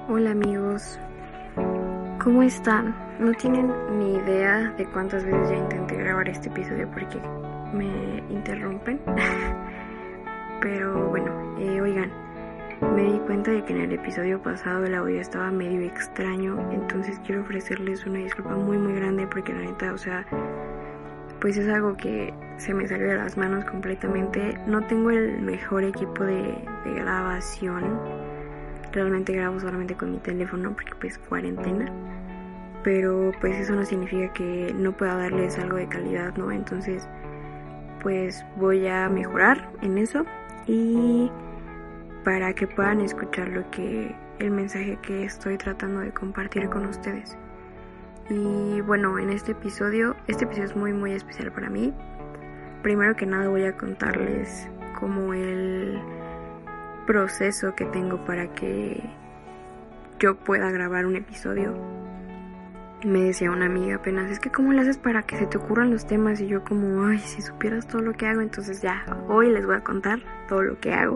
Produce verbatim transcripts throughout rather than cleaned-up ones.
Hola amigos, ¿cómo están? No tienen ni idea de cuántas veces ya intenté grabar este episodio porque me interrumpen. Pero bueno, eh, oigan, me di cuenta de que en el episodio pasado el audio estaba medio extraño, entonces quiero ofrecerles una disculpa muy muy grande porque la neta, o sea, pues es algo que se me salió de las manos completamente. No tengo el mejor equipo de, de grabación. Realmente grabo solamente con mi teléfono porque pues cuarentena. Pero pues eso no significa que no pueda darles algo de calidad, ¿no? Entonces pues voy a mejorar en eso y para que puedan escuchar lo que el mensaje que estoy tratando de compartir con ustedes. Y bueno, en este episodio, este episodio es muy muy especial para mí. Primero que nada voy a contarles como el proceso que tengo para que yo pueda grabar un episodio. Me decía una amiga apenas, es que ¿cómo le haces para que se te ocurran los temas? Y yo como, ay, si supieras todo lo que hago. Entonces ya, hoy les voy a contar todo lo que hago.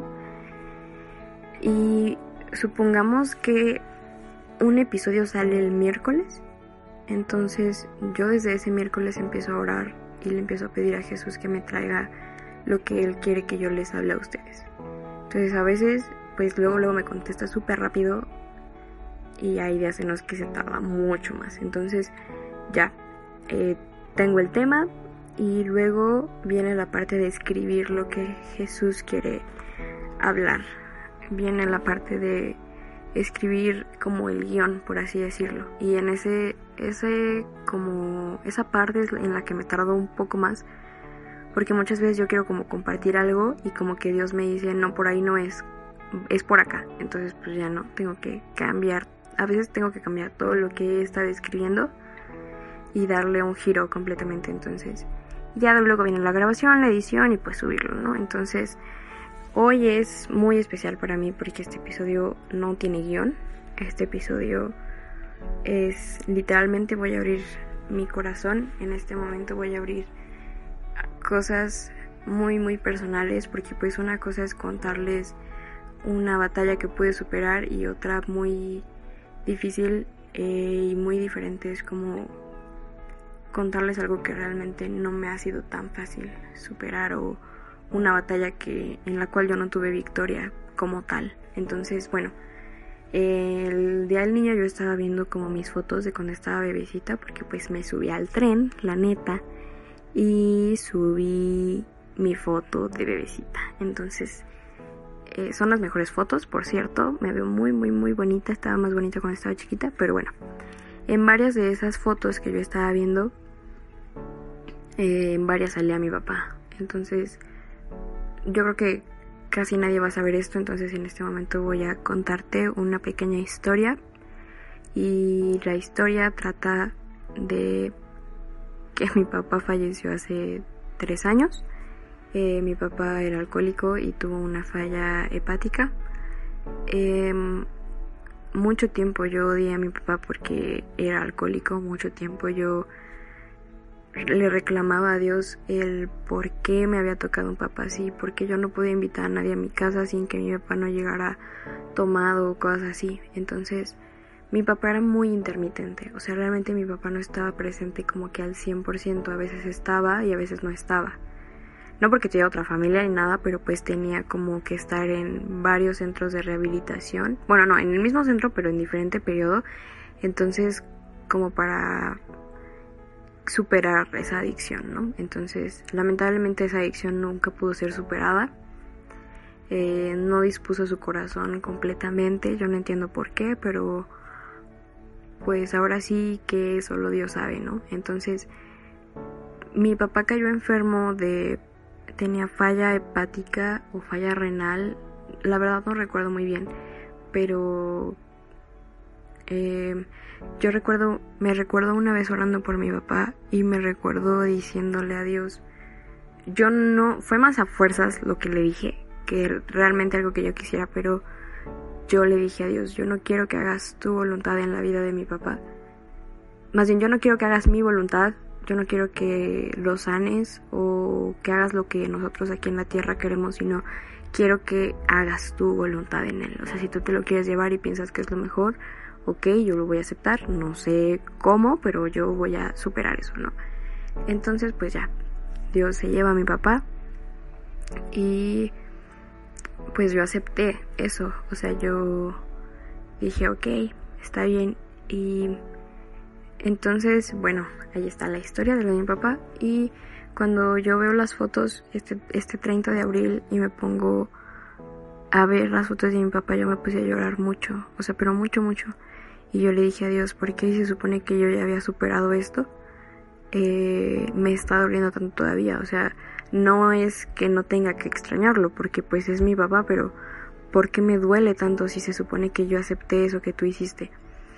Y supongamos que un episodio sale el miércoles. Entonces yo desde ese miércoles empiezo a orar y le empiezo a pedir a Jesús que me traiga lo que Él quiere que yo les hable a ustedes. Entonces a veces pues luego luego me contesta súper rápido y hay días en los que se tarda mucho más. Entonces ya eh, tengo el tema y luego viene la parte de escribir lo que Jesús quiere hablar. Viene la parte de escribir como el guión, por así decirlo, y en ese ese como esa parte es en la que me tardo un poco más, porque muchas veces yo quiero como compartir algo y como que Dios me dice no, por ahí no es, es por acá. Entonces pues ya no, tengo que cambiar, a veces tengo que cambiar todo lo que he estado escribiendo y darle un giro completamente. Entonces ya luego viene la grabación, la edición y pues subirlo, ¿no? Entonces hoy es muy especial para mí porque este episodio no tiene guión. Este episodio es literalmente voy a abrir mi corazón. En este momento voy a abrir cosas muy muy personales, porque pues una cosa es contarles una batalla que pude superar y otra muy difícil eh, y muy diferente es como contarles algo que realmente no me ha sido tan fácil superar, o una batalla que en la cual yo no tuve victoria como tal. Entonces bueno, el día del niño yo estaba viendo como mis fotos de cuando estaba bebecita, porque pues me subí al tren, la neta, y subí mi foto de bebecita. Entonces eh, son las mejores fotos, por cierto, me veo muy muy muy bonita. Estaba más bonita cuando estaba chiquita, pero bueno, en varias de esas fotos que yo estaba viendo, eh, en varias salía mi papá. Entonces yo creo que casi nadie va a saber esto, entonces en este momento voy a contarte una pequeña historia. Y la historia trata de que mi papá falleció hace tres años. Eh, mi papá era alcohólico y tuvo una falla hepática. Eh, mucho tiempo yo odié a mi papá porque era alcohólico. Mucho tiempo yo le reclamaba a Dios el por qué me había tocado un papá así, porque yo no podía invitar a nadie a mi casa sin que mi papá no llegara tomado o cosas así. Entonces mi papá era muy intermitente, o sea, realmente mi papá no estaba presente como que al cien por ciento, a veces estaba y a veces no estaba. No porque tuviera otra familia ni nada, pero pues tenía como que estar en varios centros de rehabilitación. Bueno, no, en el mismo centro, pero en diferente periodo. Entonces, como para superar esa adicción, ¿no? Entonces, lamentablemente esa adicción nunca pudo ser superada. Eh, no dispuso su corazón completamente. Yo no entiendo por qué, pero pues ahora sí que solo Dios sabe, ¿no? Entonces, mi papá cayó enfermo de... tenía falla hepática o falla renal. La verdad no recuerdo muy bien, pero... Eh, yo recuerdo, me recuerdo una vez orando por mi papá y me recuerdo diciéndole a Dios, yo no, fue más a fuerzas lo que le dije que realmente algo que yo quisiera, pero yo le dije a Dios, yo no quiero que hagas tu voluntad en la vida de mi papá, más bien yo no quiero que hagas mi voluntad, yo no quiero que lo sanes o que hagas lo que nosotros aquí en la tierra queremos, sino quiero que hagas tu voluntad en él. O sea, si tú te lo quieres llevar y piensas que es lo mejor, ok, yo lo voy a aceptar, no sé cómo, pero yo voy a superar eso, ¿no? Entonces, pues ya, Dios se lleva a mi papá y pues yo acepté eso. O sea, yo dije, ok, está bien. Y entonces, bueno, ahí está la historia de lo de mi papá. Y cuando yo veo las fotos este, este treinta de abril y me pongo a ver las fotos de mi papá, yo me puse a llorar mucho, o sea, pero mucho, mucho. Y yo le dije a Dios, ¿por qué se supone que yo ya había superado esto? Eh, me está doliendo tanto todavía. O sea, no es que no tenga que extrañarlo, porque pues es mi papá, pero ¿por qué me duele tanto si se supone que yo acepté eso que tú hiciste?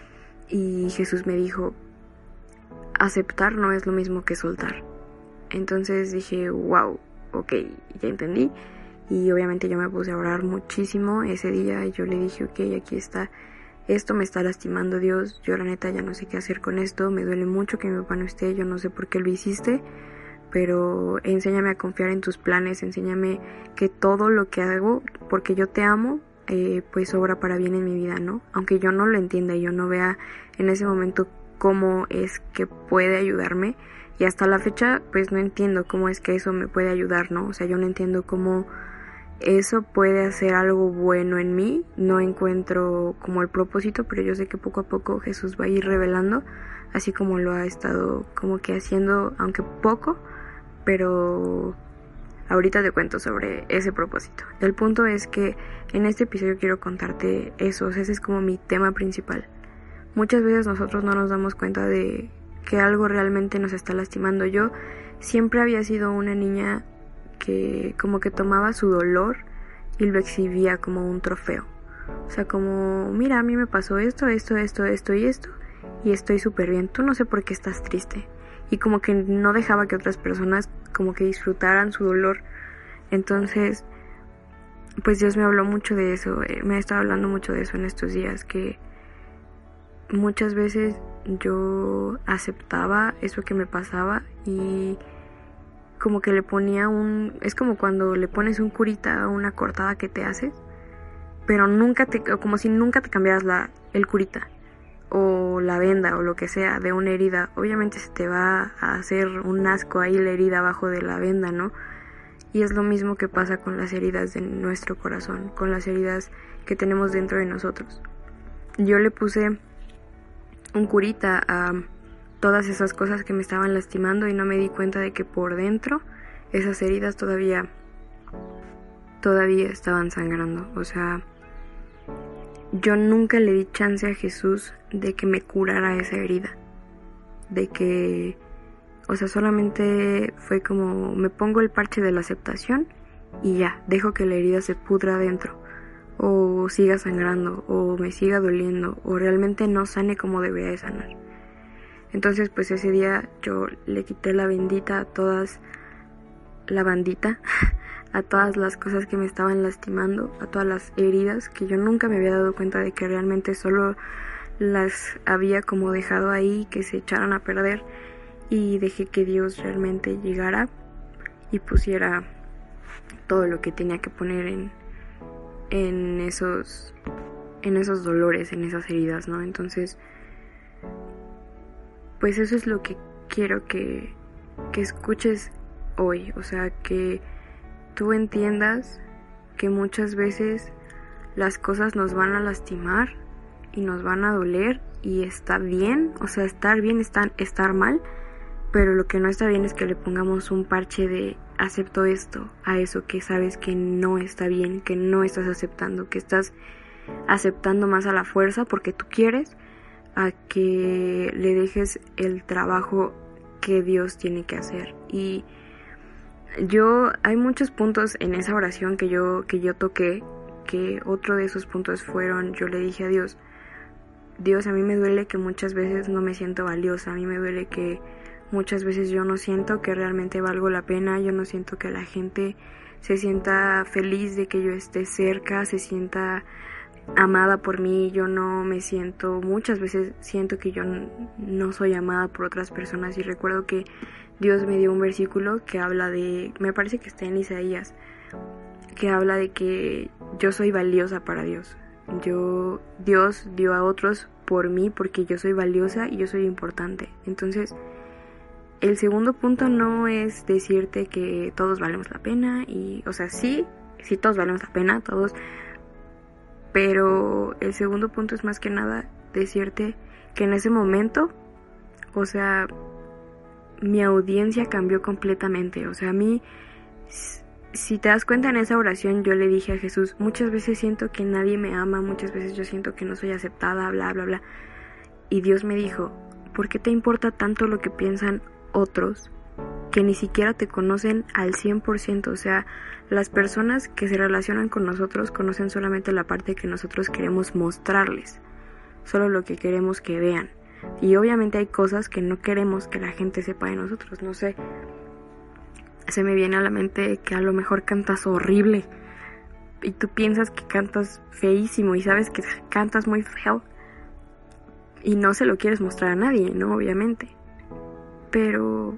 Y Jesús me dijo, aceptar no es lo mismo que soltar. Entonces dije, wow, ok, ya entendí. Y obviamente yo me puse a orar muchísimo ese día y yo le dije, ok, aquí está, esto me está lastimando, Dios, yo la neta ya no sé qué hacer con esto, me duele mucho que mi papá no esté, yo no sé por qué lo hiciste, pero enséñame a confiar en tus planes, enséñame que todo lo que hago, porque yo te amo, eh, pues obra para bien en mi vida, ¿no? Aunque yo no lo entienda y yo no vea en ese momento cómo es que puede ayudarme, y hasta la fecha pues no entiendo cómo es que eso me puede ayudar, ¿no? O sea, yo no entiendo cómo eso puede hacer algo bueno en mí, no encuentro como el propósito, pero yo sé que poco a poco Jesús va a ir revelando, así como lo ha estado como que haciendo, aunque poco, pero ahorita te cuento sobre ese propósito. El punto es que en este episodio quiero contarte eso, o sea, ese es como mi tema principal. Muchas veces nosotros no nos damos cuenta de que algo realmente nos está lastimando. Yo siempre había sido una niña que como que tomaba su dolor y lo exhibía como un trofeo. O sea, como, mira, a mí me pasó esto, esto, esto, esto y esto, y estoy súper bien, tú no sé por qué estás triste. Y como que no dejaba que otras personas como que disfrutaran su dolor. Entonces, pues Dios me habló mucho de eso, eh, me ha estado hablando mucho de eso en estos días, que muchas veces yo aceptaba eso que me pasaba y como que le ponía un... Es como cuando le pones un curita a una cortada que te haces, pero nunca te... como si nunca te cambiaras la, el curita o la venda o lo que sea de una herida. Obviamente se te va a hacer un asco ahí la herida abajo de la venda, ¿no? Y es lo mismo que pasa con las heridas de nuestro corazón, con las heridas que tenemos dentro de nosotros. Yo le puse un curita a todas esas cosas que me estaban lastimando y no me di cuenta de que por dentro esas heridas todavía todavía estaban sangrando. O sea, yo nunca le di chance a Jesús de que me curara esa herida, de que, o sea, solamente fue como me pongo el parche de la aceptación y ya, dejo que la herida se pudra adentro, o siga sangrando, o me siga doliendo, o realmente no sane como debería de sanar. Entonces pues ese día yo le quité la bendita a todas, la bandita, a todas las cosas que me estaban lastimando, a todas las heridas que yo nunca me había dado cuenta de que realmente solo las había como dejado ahí, que se echaran a perder, y dejé que Dios realmente llegara y pusiera todo lo que tenía que poner en, en esos, en esos dolores, en esas heridas, ¿no? Entonces, pues eso es lo que quiero que, que escuches hoy. O sea, que tú entiendas que muchas veces las cosas nos van a lastimar y nos van a doler y está bien. O sea, estar bien, estar, estar mal, pero lo que no está bien es que le pongamos un parche de acepto esto a eso que sabes que no está bien, que no estás aceptando, que estás aceptando más a la fuerza porque tú quieres, a que le dejes el trabajo que Dios tiene que hacer. Y yo, hay muchos puntos en esa oración que yo, que yo toqué, que otro de esos puntos fueron, yo le dije a Dios, Dios, a mí me duele que muchas veces no me siento valiosa, a mí me duele que muchas veces yo no siento que realmente valgo la pena, yo no siento que la gente se sienta feliz de que yo esté cerca, se sienta amada por mí, yo no me siento, muchas veces siento que yo no soy amada por otras personas, y recuerdo que Dios me dio un versículo que habla de, me parece que está en Isaías, que habla de que yo soy valiosa para Dios. Yo, Dios dio a otros por mí porque yo soy valiosa y yo soy importante. Entonces, el segundo punto no es decirte que todos valemos la pena, y, o sea, sí, sí todos valemos la pena, todos, pero el segundo punto es más que nada decirte que en ese momento, o sea, mi audiencia cambió completamente. O sea, a mí, si te das cuenta, en esa oración yo le dije a Jesús, muchas veces siento que nadie me ama, muchas veces yo siento que no soy aceptada, bla, bla, bla. Y Dios me dijo, ¿por qué te importa tanto lo que piensan otros que ni siquiera te conocen al cien por ciento? O sea, las personas que se relacionan con nosotros conocen solamente la parte que nosotros queremos mostrarles, solo lo que queremos que vean. Y obviamente hay cosas que no queremos que la gente sepa de nosotros. No sé, se me viene a la mente que a lo mejor cantas horrible y tú piensas que cantas feísimo y sabes que cantas muy feo y no se lo quieres mostrar a nadie, ¿no? Obviamente. Pero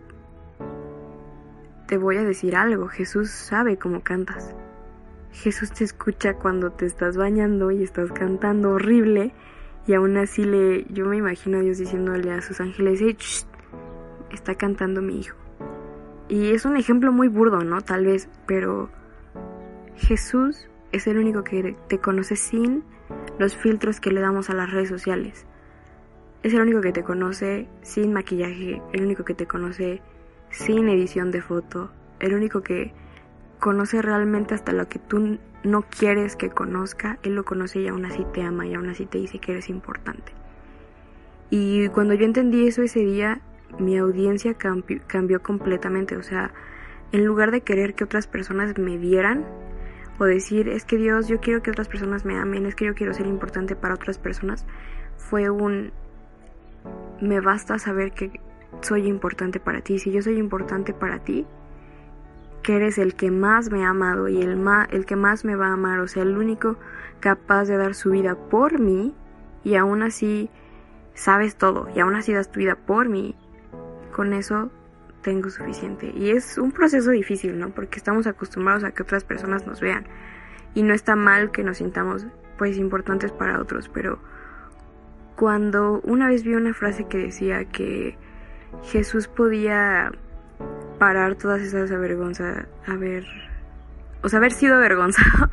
te voy a decir algo, Jesús sabe cómo cantas. Jesús te escucha cuando te estás bañando y estás cantando horrible, y aún así le, yo me imagino a Dios diciéndole a sus ángeles, hey, shh, está cantando mi hijo. Y es un ejemplo muy burdo, ¿no? Tal vez, pero Jesús es el único que te conoce sin los filtros que le damos a las redes sociales. Es el único que te conoce sin maquillaje, el único que te conoce sin edición de foto, el único que conoce realmente hasta lo que tú no quieres que conozca. Él lo conoce y aún así te ama y aún así te dice que eres importante. Y cuando yo entendí eso ese día, mi audiencia cambió, cambió completamente. O sea, en lugar de querer que otras personas me vieran o decir, es que Dios, yo quiero que otras personas me amen, es que yo quiero ser importante para otras personas, fue un, me basta saber que soy importante para ti. Si yo soy importante para ti, que eres el que más me ha amado y el, ma- el que más me va a amar, o sea, el único capaz de dar su vida por mí, y aún así sabes todo, y aún así das tu vida por mí, con eso tengo suficiente. Y es un proceso difícil, ¿no? Porque estamos acostumbrados a que otras personas nos vean, y no está mal que nos sintamos, pues, importantes para otros, pero cuando una vez vi una frase que decía que Jesús podía parar todas esas avergonzas, haber, o sea, haber sido avergonzado,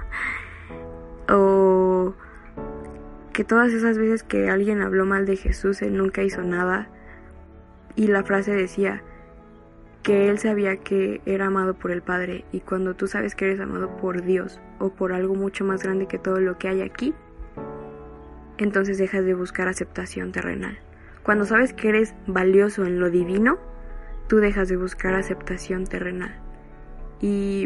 o que todas esas veces que alguien habló mal de Jesús, él nunca hizo nada, y la frase decía que él sabía que era amado por el Padre, y cuando tú sabes que eres amado por Dios, o por algo mucho más grande que todo lo que hay aquí, entonces dejas de buscar aceptación terrenal. Cuando sabes que eres valioso en lo divino, tú dejas de buscar aceptación terrenal. Y,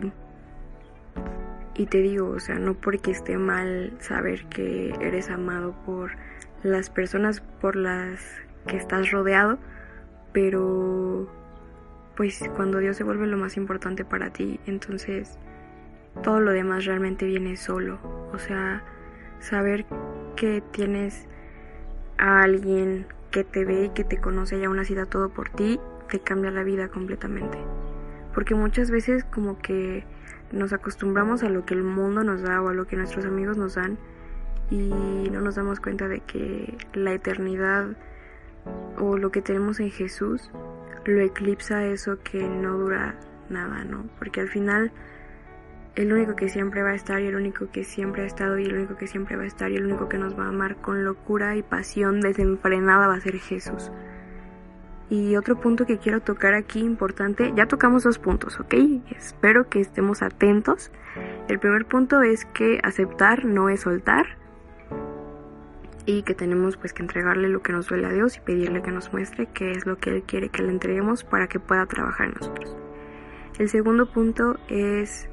y te digo, o sea, no porque esté mal saber que eres amado por las personas por las que estás rodeado, pero pues cuando Dios se vuelve lo más importante para ti, entonces todo lo demás realmente viene solo. O sea, saber que tienes a alguien que te ve y que te conoce y aún así da todo por ti, te cambia la vida completamente. Porque muchas veces como que nos acostumbramos a lo que el mundo nos da o a lo que nuestros amigos nos dan, y no nos damos cuenta de que la eternidad o lo que tenemos en Jesús lo eclipsa eso que no dura nada, ¿no? Porque al final el único que siempre va a estar, y el único que siempre ha estado, y el único que siempre va a estar, y el único que nos va a amar con locura y pasión desenfrenada va a ser Jesús. Y otro punto que quiero tocar aquí importante, ya tocamos dos puntos, ¿ok? Espero que estemos atentos. El primer punto es que aceptar no es soltar, y que tenemos pues que entregarle lo que nos duele a Dios y pedirle que nos muestre qué es lo que Él quiere que le entreguemos para que pueda trabajar en nosotros. El segundo punto es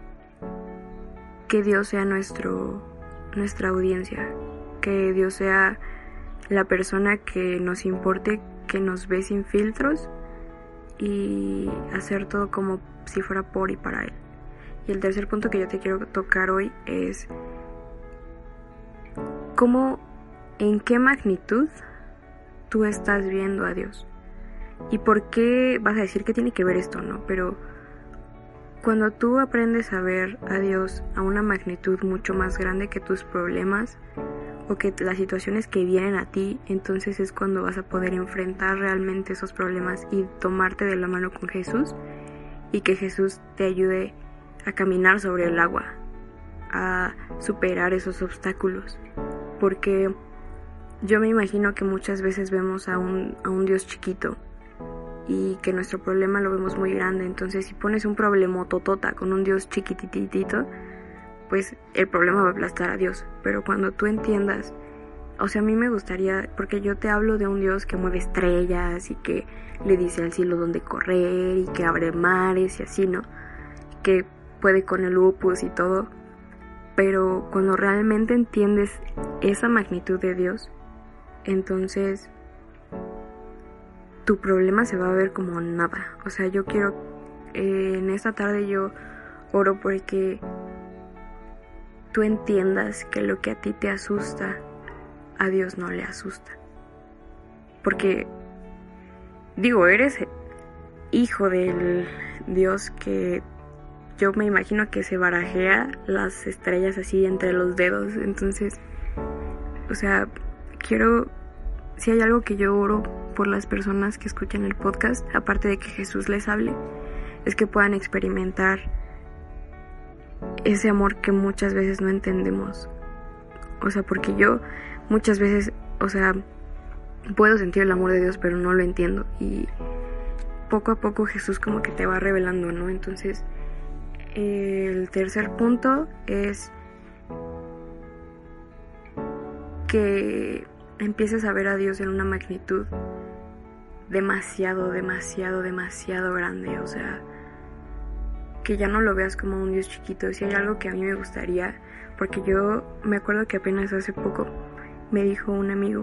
que Dios sea nuestro, nuestra audiencia, que Dios sea la persona que nos importe, que nos ve sin filtros, y hacer todo como si fuera por y para Él. Y el tercer punto que yo te quiero tocar hoy es cómo, en qué magnitud tú estás viendo a Dios. ¿Y por qué vas a decir que tiene que ver esto, no? Pero cuando tú aprendes a ver a Dios a una magnitud mucho más grande que tus problemas o que las situaciones que vienen a ti, entonces es cuando vas a poder enfrentar realmente esos problemas y tomarte de la mano con Jesús y que Jesús te ayude a caminar sobre el agua, a superar esos obstáculos. Porque yo me imagino que muchas veces vemos a un, a un Dios chiquito y que nuestro problema lo vemos muy grande. Entonces si pones un problemototota con un Dios chiquititito, pues el problema va a aplastar a Dios. Pero cuando tú entiendas, o sea, a mí me gustaría, porque yo te hablo de un Dios que mueve estrellas y que le dice al cielo dónde correr y que abre mares y así, ¿no? Que puede con el lupus y todo. Pero cuando realmente entiendes esa magnitud de Dios, entonces tu problema se va a ver como nada. O sea, yo quiero, eh, en esta tarde yo oro porque tú entiendas que lo que a ti te asusta, a Dios no le asusta. Porque, digo, eres hijo del Dios que yo me imagino que se barajea las estrellas así entre los dedos. Entonces, o sea, quiero, si hay algo que yo oro por las personas que escuchan el podcast, aparte de que Jesús les hable, es que puedan experimentar ese amor que muchas veces no entendemos. O sea, porque yo muchas veces, o sea, puedo sentir el amor de Dios, pero no lo entiendo. Y poco a poco Jesús como que te va revelando, ¿no? Entonces, el tercer punto es que empieces a ver a Dios en una magnitud demasiado, demasiado, demasiado grande. O sea, que ya no lo veas como un Dios chiquito. Si hay algo que a mí me gustaría, porque yo me acuerdo que apenas hace poco me dijo un amigo,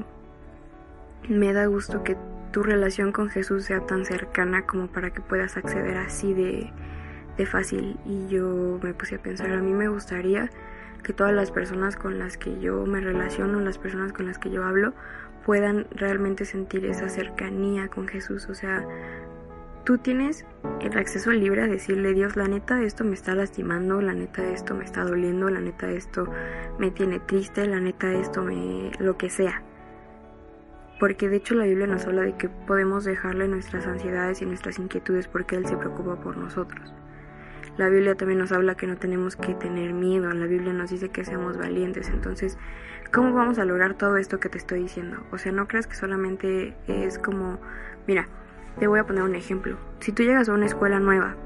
me da gusto que tu relación con Jesús sea tan cercana como para que puedas acceder así de, de fácil. Y yo me puse a pensar, a mí me gustaría que todas las personas con las que yo me relaciono, las personas con las que yo hablo, puedan realmente sentir esa cercanía con Jesús. O sea, tú tienes el acceso libre a decirle, Dios, la neta esto me está lastimando, la neta esto me está doliendo, la neta esto me tiene triste, la neta esto me... lo que sea. Porque de hecho la Biblia nos habla de que podemos dejarle nuestras ansiedades y nuestras inquietudes porque Él se preocupa por nosotros. La Biblia también nos habla que no tenemos que tener miedo. La Biblia nos dice que seamos valientes. Entonces, ¿cómo vamos a lograr todo esto que te estoy diciendo? O sea, no creas que solamente es como... Mira, te voy a poner un ejemplo. Si tú llegas a una escuela nueva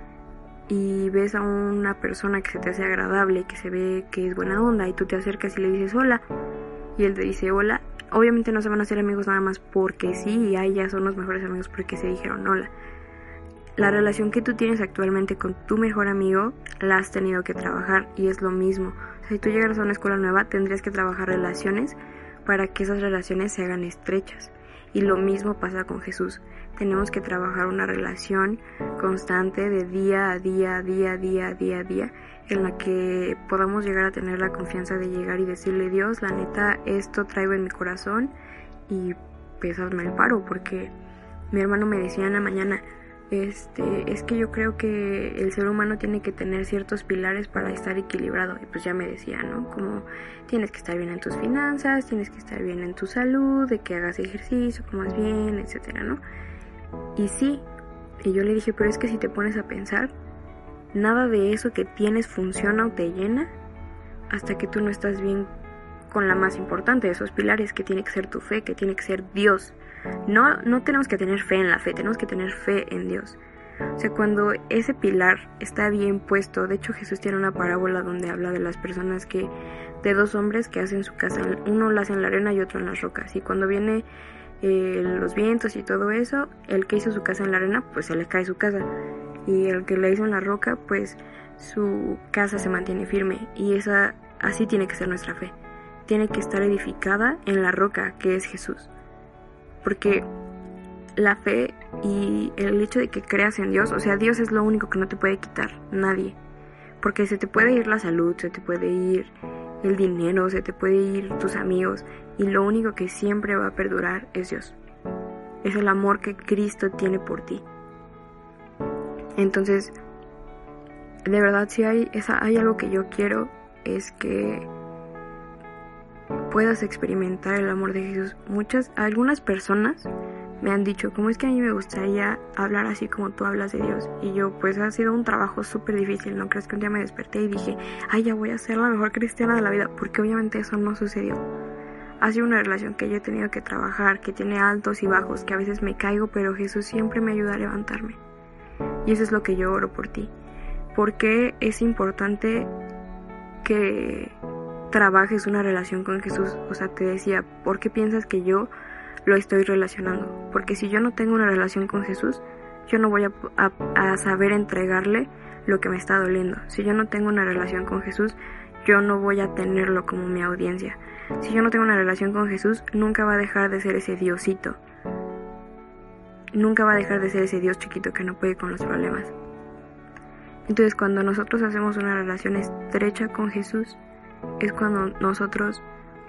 y ves a una persona que se te hace agradable, que se ve que es buena onda, y tú te acercas y le dices hola, y él te dice hola, obviamente no se van a hacer amigos nada más porque sí, y ahí ya son los mejores amigos porque se dijeron hola. La relación que tú tienes actualmente con tu mejor amigo la has tenido que trabajar, y es lo mismo. O sea, si tú llegaras a una escuela nueva, tendrías que trabajar relaciones para que esas relaciones se hagan estrechas. Y lo mismo pasa con Jesús. Tenemos que trabajar una relación constante de día a día, día a día, día a día, en la que podamos llegar a tener la confianza de llegar y decirle, Dios, la neta, esto traigo en mi corazón y pues hazme el paro. Porque mi hermano me decía en la mañana, Este, es que yo creo que el ser humano tiene que tener ciertos pilares para estar equilibrado. Y pues ya me decía, ¿no? Como tienes que estar bien en tus finanzas, tienes que estar bien en tu salud, de que hagas ejercicio, comas bien, etcétera, ¿no? Y sí, y yo le dije, pero es que si te pones a pensar, nada de eso que tienes funciona o te llena hasta que tú no estás bien con la más importante de esos pilares, que tiene que ser tu fe, que tiene que ser Dios. No, no tenemos que tener fe en la fe, tenemos que tener fe en Dios. O sea, cuando ese pilar está bien puesto, de hecho Jesús tiene una parábola donde habla de las personas que, de dos hombres que hacen su casa, uno la hace en la arena y otro en las rocas. Y cuando viene eh, los vientos y todo eso, el que hizo su casa en la arena, pues se le cae su casa. Y el que la hizo en la roca, pues su casa se mantiene firme. Y esa, así tiene que ser nuestra fe. Tiene que estar edificada en la roca que es Jesús. Porque la fe y el hecho de que creas en Dios, o sea, Dios es lo único que no te puede quitar, nadie. Porque se te puede ir la salud, se te puede ir el dinero, se te puede ir tus amigos, y lo único que siempre va a perdurar es Dios. Es el amor que Cristo tiene por ti. Entonces, de verdad, si hay, esa, hay algo que yo quiero, es que puedas experimentar el amor de Jesús. Muchas, algunas personas me han dicho, ¿cómo es que a mí me gustaría hablar así como tú hablas de Dios? Y yo, pues ha sido un trabajo súper difícil. No crees que un día me desperté y dije, ay, ya voy a ser la mejor cristiana de la vida, porque obviamente eso no sucedió. Ha sido una relación que yo he tenido que trabajar, que tiene altos y bajos, que a veces me caigo, pero Jesús siempre me ayuda a levantarme. Y eso es lo que yo oro por ti. Porque es importante que trabajes una relación con Jesús. O sea, te decía, ¿por qué piensas que yo lo estoy relacionando? Porque si yo no tengo una relación con Jesús, yo no voy a, a, a saber entregarle lo que me está doliendo. Si yo no tengo una relación con Jesús, yo no voy a tenerlo como mi audiencia. Si yo no tengo una relación con Jesús, nunca va a dejar de ser ese Diosito. Nunca va a dejar de ser ese Dios chiquito que no puede con los problemas. Entonces, cuando nosotros hacemos una relación estrecha con Jesús, es cuando nosotros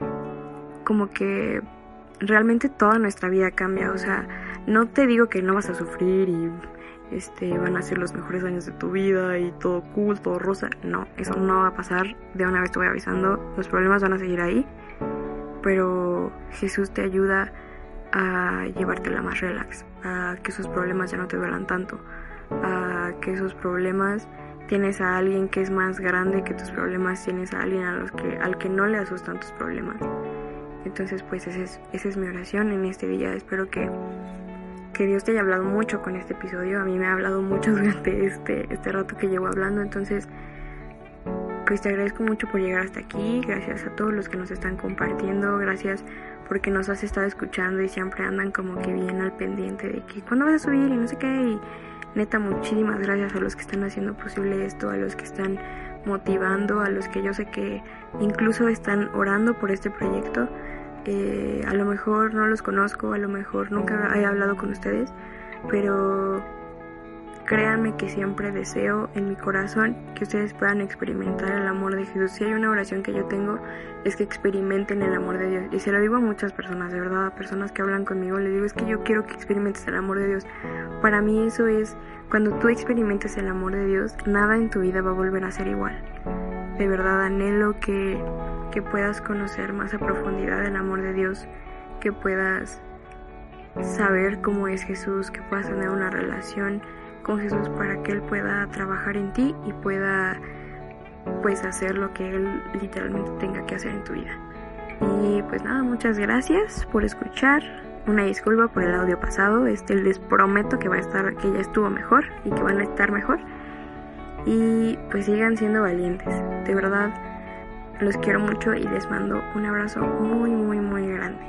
como que realmente toda nuestra vida cambia. O sea, no te digo que no vas a sufrir y este van a ser los mejores años de tu vida y todo cool, todo rosa. No, eso no va a pasar. De una vez te voy avisando, los problemas van a seguir ahí, pero Jesús te ayuda a llevártela más relax, a que esos problemas ya no te duelan tanto, a que esos problemas tienes a alguien que es más grande que tus problemas, tienes a alguien a los que, al que no le asustan tus problemas. Entonces, pues esa es, esa es mi oración en este día. Espero que, que Dios te haya hablado mucho con este episodio. A mí me ha hablado mucho durante este, este rato que llevo hablando. Entonces, pues te agradezco mucho por llegar hasta aquí. Gracias a todos los que nos están compartiendo. Gracias porque nos has estado escuchando y siempre andan como que bien al pendiente de que cuándo vas a subir y no sé qué. Y neta, muchísimas gracias a los que están haciendo posible esto, a los que están motivando, a los que yo sé que incluso están orando por este proyecto. Eh, a lo mejor no los conozco, a lo mejor nunca he hablado con ustedes, pero créanme que siempre deseo en mi corazón que ustedes puedan experimentar el amor de Jesús. Si hay una oración que yo tengo, es que experimenten el amor de Dios. Y se lo digo a muchas personas, de verdad, a personas que hablan conmigo, les digo, es que yo quiero que experimentes el amor de Dios. Para mí eso es, cuando tú experimentes el amor de Dios, nada en tu vida va a volver a ser igual. De verdad anhelo que, que puedas conocer más a profundidad el amor de Dios, que puedas saber cómo es Jesús, que puedas tener una relación con Jesús para que Él pueda trabajar en ti y pueda pues hacer lo que Él literalmente tenga que hacer en tu vida. Y pues nada, muchas gracias por escuchar. Una disculpa por el audio pasado. Este les prometo que va a estar, que ya estuvo mejor y que van a estar mejor. Y pues sigan siendo valientes. De verdad los quiero mucho y les mando un abrazo muy muy muy grande.